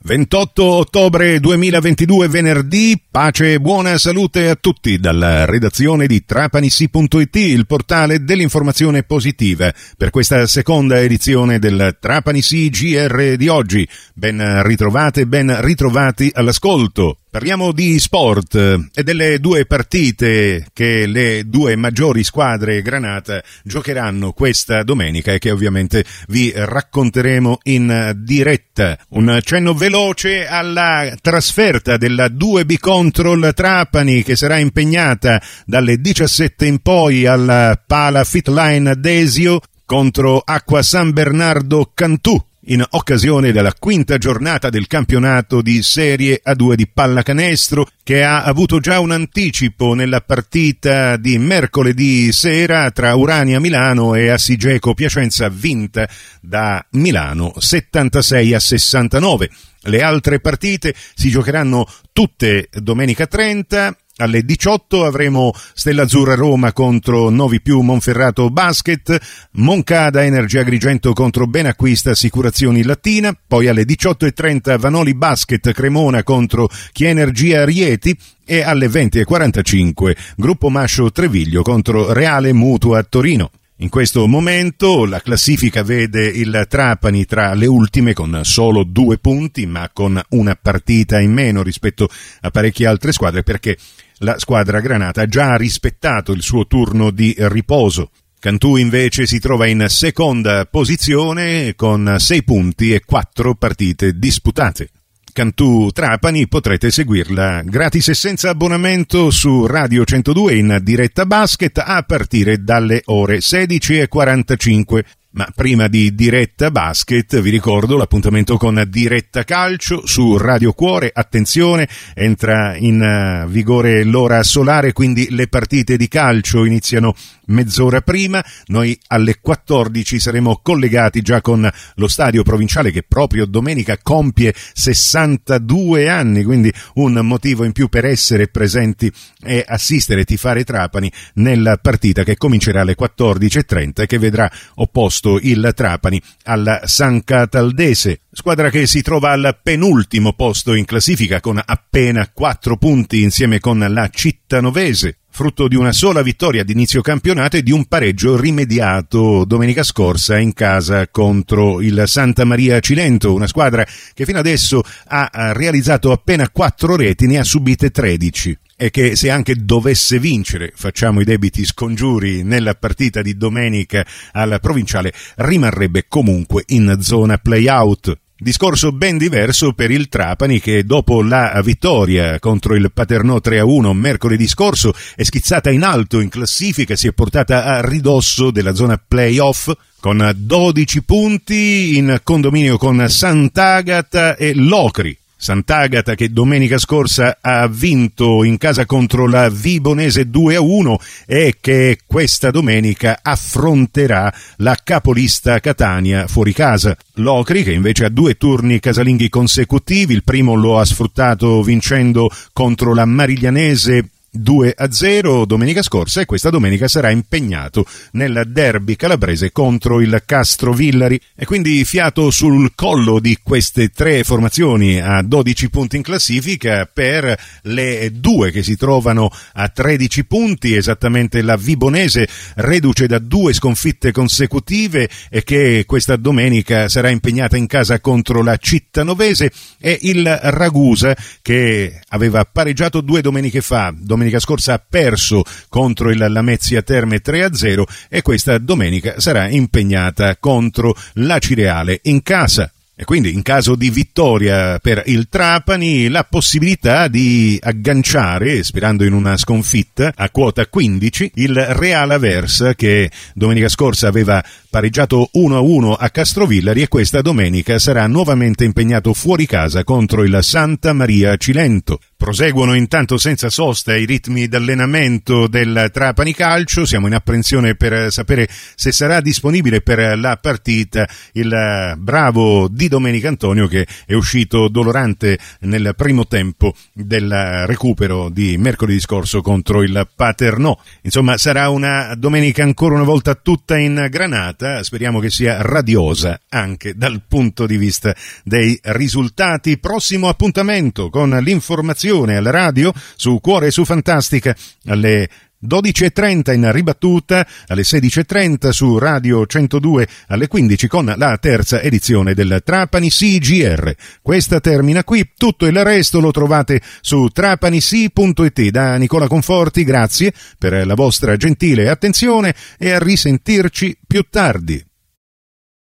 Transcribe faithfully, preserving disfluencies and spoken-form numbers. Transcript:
ventotto ottobre duemilaventidue, venerdì. Pace e buona salute a tutti dalla redazione di Trapanissi punto it, il portale dell'informazione positiva, per questa seconda edizione del Trapanissi G R di oggi. Ben ritrovate, ben ritrovati all'ascolto. Parliamo di sport e delle due partite che le due maggiori squadre granata giocheranno questa domenica e che ovviamente vi racconteremo in diretta. Un cenno veloce alla trasferta della due B contro Trapani, che sarà impegnata dalle diciassette in poi alla Pala Fitline Desio contro Acqua San Bernardo Cantù, in occasione della quinta giornata del campionato di Serie A due di pallacanestro, che ha avuto già un anticipo nella partita di mercoledì sera tra Urania Milano e Assigeco Piacenza, vinta da Milano settantasei a sessantanove. Le altre partite si giocheranno tutte domenica trenta. Alle diciotto avremo Stella Azzurra Roma contro Novi Più Monferrato Basket, Moncada Energia Agrigento contro Benacquista Assicurazioni Latina, poi alle diciotto e trenta Vanoli Basket Cremona contro Chienergia Rieti e alle venti e quarantacinque Gruppo Mascio Treviglio contro Reale Mutua Torino. In questo momento la classifica vede il Trapani tra le ultime con solo due punti, ma con una partita in meno rispetto a parecchie altre squadre, perché la squadra granata ha già rispettato il suo turno di riposo. Cantù invece si trova in seconda posizione con sei punti e quattro partite disputate. Cantù Trapani potrete seguirla gratis e senza abbonamento su Radio centodue in diretta basket a partire dalle ore sedici e quarantacinque. Ma prima di diretta basket vi ricordo l'appuntamento con diretta calcio su Radio Cuore. Attenzione, entra in vigore l'ora solare, quindi le partite di calcio iniziano mezz'ora prima. Noi alle quattordici saremo collegati già con lo stadio provinciale, che proprio domenica compie sessantadue anni, quindi un motivo in più per essere presenti e assistere, tifare Trapani nella partita che comincerà alle quattordici e trenta e che vedrà opposto il Trapani alla San Cataldese, squadra che si trova al penultimo posto in classifica con appena quattro punti insieme con la Cittanovese, frutto di una sola vittoria ad inizio campionato e di un pareggio rimediato domenica scorsa in casa contro il Santa Maria Cilento, una squadra che fino adesso ha realizzato appena quattro reti, ne ha subite tredici. E che se anche dovesse vincere, facciamo i debiti scongiuri, nella partita di domenica al provinciale, rimarrebbe comunque in zona play-out. Discorso ben diverso per il Trapani, che dopo la vittoria contro il Paternò tre a uno mercoledì scorso è schizzata in alto in classifica, si è portata a ridosso della zona play-off con dodici punti in condominio con Sant'Agata e Locri. Sant'Agata che domenica scorsa ha vinto in casa contro la Vibonese due a uno e che questa domenica affronterà la capolista Catania fuori casa. Locri, che invece ha due turni casalinghi consecutivi, il primo lo ha sfruttato vincendo contro la Mariglianese due a zero domenica scorsa, e questa domenica sarà impegnato nel derby calabrese contro il Castrovillari, e quindi fiato sul collo di queste tre formazioni a dodici punti in classifica per le due che si trovano a tredici punti, esattamente la Vibonese, reduce da due sconfitte consecutive e che questa domenica sarà impegnata in casa contro la Cittanovese, e il Ragusa, che aveva pareggiato due domeniche fa, domenica scorsa ha perso contro il Lamezia Terme tre a zero e questa domenica sarà impegnata contro l'Acireale in casa. E quindi in caso di vittoria per il Trapani la possibilità di agganciare, sperando in una sconfitta, a quota quindici il Real Aversa, che domenica scorsa aveva pareggiato uno a uno a Castrovillari e questa domenica sarà nuovamente impegnato fuori casa contro il Santa Maria Cilento. Proseguono intanto senza sosta i ritmi d'allenamento del Trapani Calcio. Siamo in apprensione per sapere se sarà disponibile per la partita il bravo Di Domenica Antonio, che è uscito dolorante nel primo tempo del recupero di mercoledì scorso contro il Paternò. Insomma, sarà una domenica ancora una volta tutta in granata. Speriamo che sia radiosa anche dal punto di vista dei risultati. Prossimo appuntamento con l'informazione alla radio su Cuore e su Fantastica alle dodici e trenta in ribattuta, alle sedici e trenta su Radio centodue, alle quindici con la terza edizione del Trapani C G R. Questa termina qui, tutto il resto lo trovate su trapanisi punto it. Da Nicola Conforti, grazie per la vostra gentile attenzione e a risentirci più tardi.